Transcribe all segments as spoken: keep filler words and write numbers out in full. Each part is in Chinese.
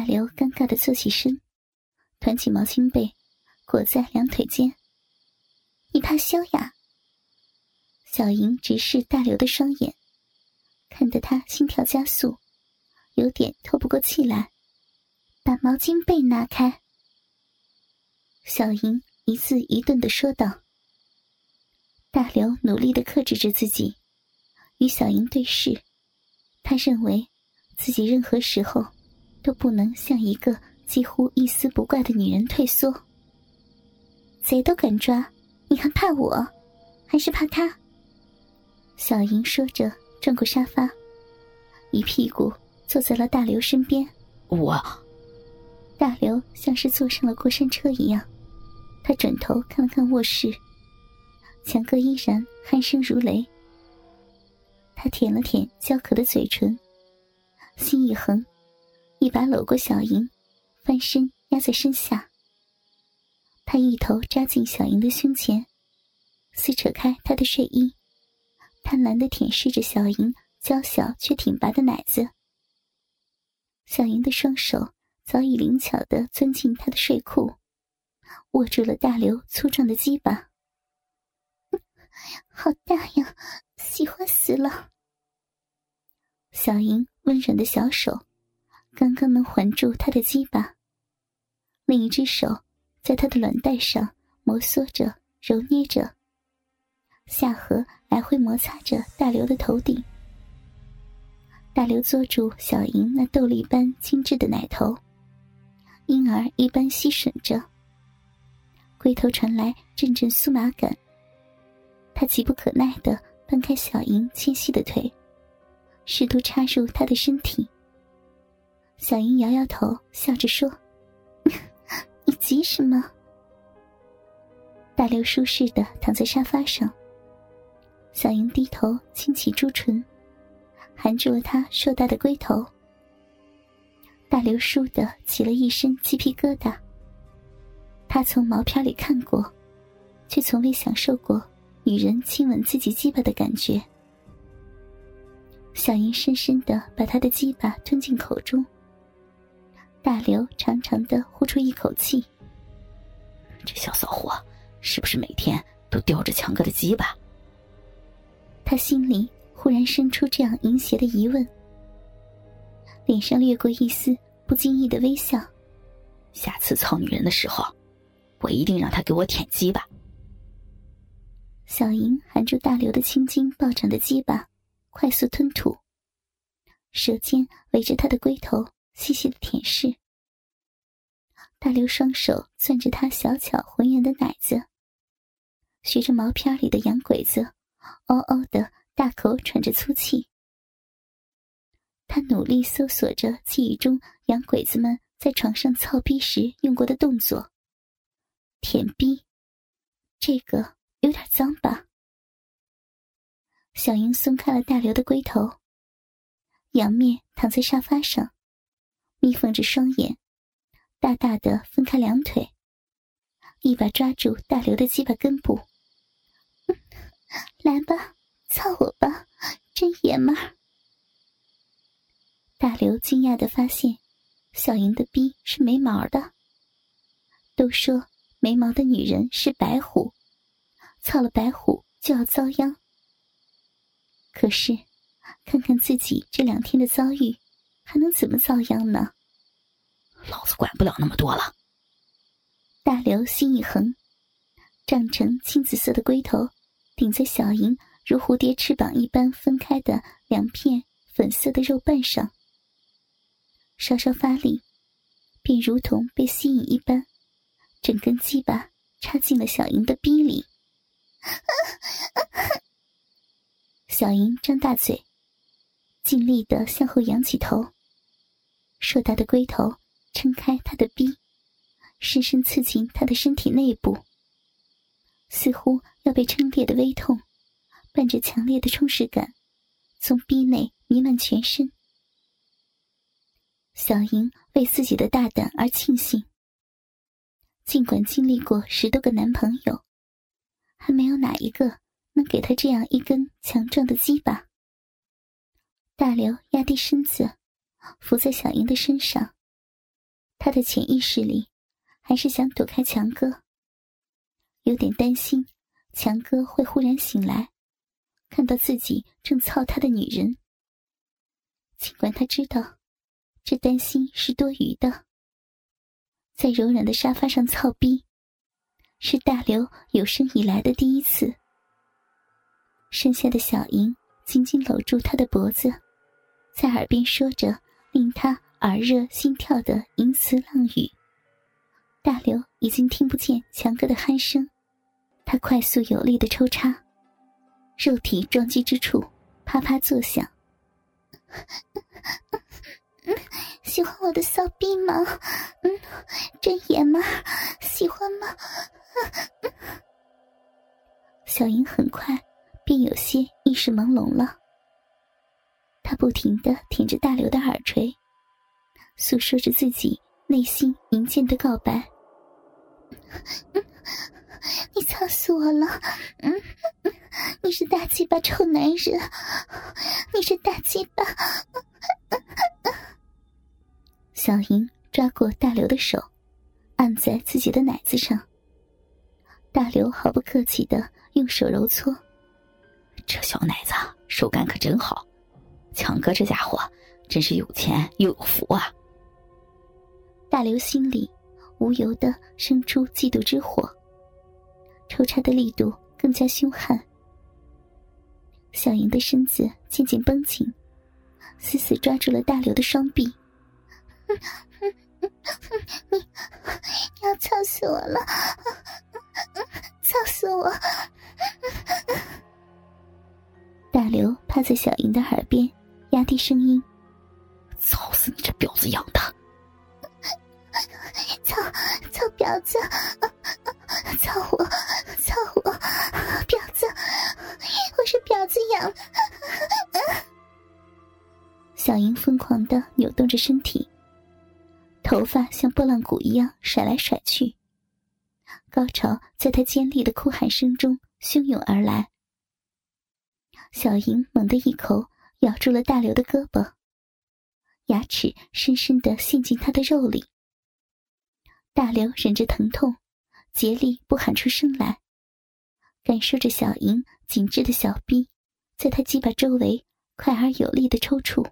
大刘尴尬地坐起身，团起毛巾被裹在两腿间。你怕羞呀？小莹直视大刘的双眼，看得他心跳加速，有点透不过气来。把毛巾被拿开。小莹一字一顿地说道。大刘努力地克制着自己，与小莹对视。他认为自己任何时候都不能向一个几乎一丝不挂的女人退缩。贼都敢抓，你还怕我，还是怕他？小莹说着转过沙发，一屁股坐在了大刘身边。 我…… 大刘像是坐上了过山车一样，他转头看了看卧室，强哥依然鼾声如雷。他舔了舔焦渴的嘴唇，心一横，一把搂过小莹，翻身压在身下。他一头扎进小莹的胸前，撕扯开她的睡衣，贪婪地舔舐着小莹娇小却挺拔的奶子。小莹的双手早已灵巧地钻进他的睡裤，握住了大刘粗壮的鸡巴。好大呀，喜欢死了。小莹温软的小手刚刚能环住他的鸡巴，另一只手在他的卵带上摩挲着揉捏着，下颌来回摩擦着大刘的头顶。大刘嘬住小莹那豆粒般精致的奶头，婴儿一般吸吮着，龟头传来阵阵酥麻感。他急不可耐地搬开小莹纤细的腿，试图插入她的身体。小莹摇摇头，笑着说：你急什么？大刘舒适地躺在沙发上，小莹低头轻启朱唇，含住了他硕大的龟头。大刘倏地起了一身鸡皮疙瘩。他从毛片里看过，却从未享受过女人亲吻自己鸡巴的感觉。小莹深深地把他的鸡巴吞进口中，大刘长长地呼出一口气。 这小骚货是不是每天都叼着强哥的鸡巴？ 他心里忽然生出这样淫邪的疑问，脸上掠过一丝不经意的微笑。 下次操女人的时候，我一定让他给我舔鸡巴。 小莹含住大刘的青筋暴涨的鸡巴，快速吞吐，舌尖围着他的龟头细细的舔舐。大刘双手攥着他小巧浑圆的奶子，学着毛片里的洋鬼子嗷嗷的大口喘着粗气。他努力搜索着记忆中洋鬼子们在床上操逼时用过的动作。舔逼，这个有点脏吧？小莹松开了大刘的龟头，仰面躺在沙发上，眯缝着双眼，大大的分开两腿，一把抓住大刘的鸡巴根部。来吧，操我吧，真爷们儿。大刘惊讶地发现小莹的逼是没毛的。都说没毛的女人是白虎，操了白虎就要遭殃。可是看看自己这两天的遭遇，还能怎么遭殃呢？ 老子管不了那么多了。 大刘心一横，胀成青紫色的龟头顶在小莹如蝴蝶翅膀一般分开的两片粉色的肉瓣上，稍稍发力，便如同被吸引一般，整根鸡巴插进了小莹的逼里。小莹张大嘴，尽力地向后仰起头，硕大的龟头撑开她的逼，深深刺进她的身体内部，似乎要被撑裂的微痛伴着强烈的充实感从逼内弥漫全身。小莹为自己的大胆而庆幸，尽管经历过十多个男朋友，还没有哪一个能给她这样一根强壮的鸡巴。大刘压低身子，伏在小莹的身上， 他的潜意识里还是想躲开强哥，有点担心强哥会忽然醒来，看到自己正操他的女人。尽管他知道这担心是多余的，在柔软的沙发上操逼是大刘有生以来的第一次。剩下的小莹紧紧搂住他的脖子，在耳边说着令他耳热心跳的淫词浪语。大刘已经听不见强哥的鼾声，他快速有力的抽插，肉体撞击之处啪啪作响。喜欢我的骚逼吗？嗯，真野吗？喜欢吗？小莹很快便有些意识朦胧了，她不停地舔着大刘的耳垂，诉说着自己内心淫贱的告白。你操死我了！嗯，你是大鸡巴臭男人，你是大鸡巴。小莹抓过大刘的手，按在自己的奶子上。大刘毫不客气地用手揉搓， 这小奶子手感可真好，强哥这家伙真是有钱又有福啊。 大刘心里无由地生出嫉妒之火，抽插的力度更加凶悍。小莹的身子渐渐绷紧，死死抓住了大刘的双臂。你你要操死我了，操死我！大刘趴在小莹的耳边压低声音， 操死你这婊子养的！ 操操婊子，操我操我，婊子，我是婊子养。小莹疯狂地扭动着身体，头发像拨浪鼓一样甩来甩去，高潮在她尖利的哭喊声中汹涌而来。小莹猛地一口咬住了大刘的胳膊，牙齿深深地陷进他的肉里。大刘忍着疼痛，竭力不喊出声来，感受着小莹紧致的小臂在他鸡巴周围快而有力的抽搐。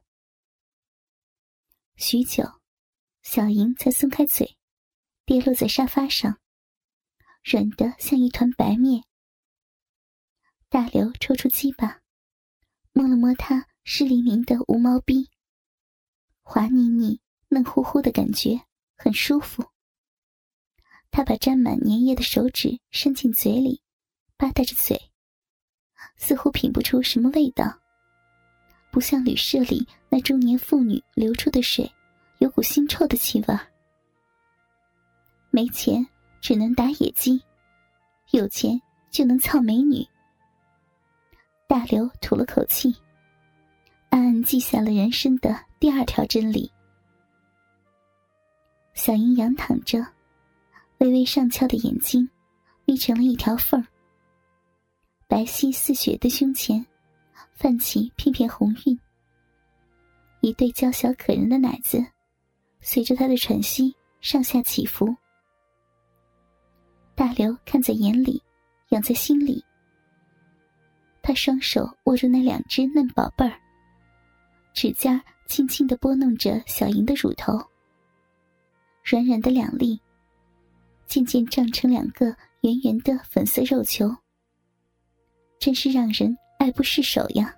许久，小莹才松开嘴，跌落在沙发上，软得像一团白面。大刘抽出鸡巴，摸了摸他湿淋淋的无毛逼，滑腻腻嫩乎乎的感觉很舒服。他把沾满粘液的手指伸进嘴里，吧嗒着嘴，似乎品不出什么味道，不像旅社里那中年妇女流出的水有股腥臭的气味。没钱只能打野鸡，有钱就能操美女。大刘吐了口气，暗暗记下了人生的第二条真理。小莹仰躺着，微微上翘的眼睛眯成了一条缝儿，白皙似雪的胸前泛起片片红晕，一对娇小可人的奶子随着她的喘息上下起伏。大刘看在眼里，养在心里。他双手握住那两只嫩宝贝儿，指尖轻轻地拨弄着小莹的乳头，软软的两粒渐渐胀成两个圆圆的粉色肉球，真是让人爱不释手呀。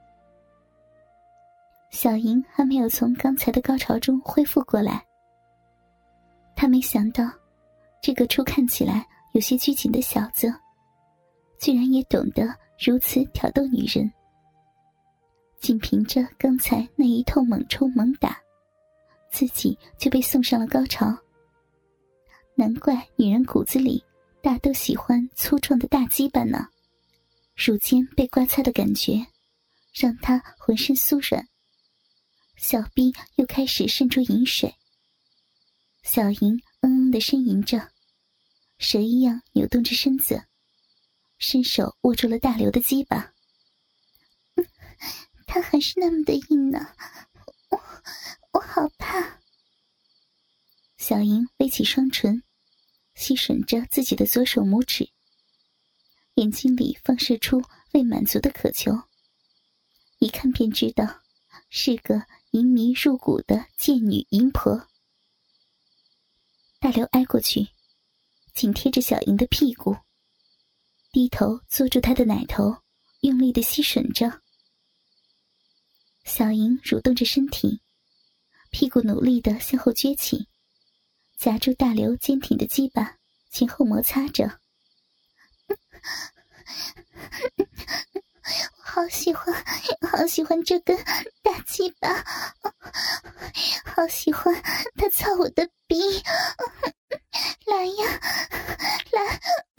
小莹还没有从刚才的高潮中恢复过来，她没想到这个初看起来有些拘谨的小子居然也懂得如此挑逗女人。仅凭着刚才那一通猛抽猛打，自己就被送上了高潮。难怪女人骨子里大都喜欢粗壮的大鸡巴呢，乳尖被刮擦的感觉让她浑身酥软，小臂又开始渗出饮水。小莹嗯嗯地呻吟着，蛇一样扭动着身子，伸手握住了大刘的鸡巴。嗯，他还是那么的硬呢，我我好怕。 小莹微起双唇，吸吮着自己的左手拇指，眼睛里放射出未满足的渴求，一看便知道是个淫迷入骨的贱女淫婆。大刘挨过去，紧贴着小莹的屁股，低头坐住她的奶头，用力地吸吮着。小莹蠕动着身体，屁股努力地向后撅起，夹住大刘坚挺的鸡巴，前后摩擦着。我好喜欢，好喜欢这根大鸡巴，好喜欢他操我的逼，来呀，来，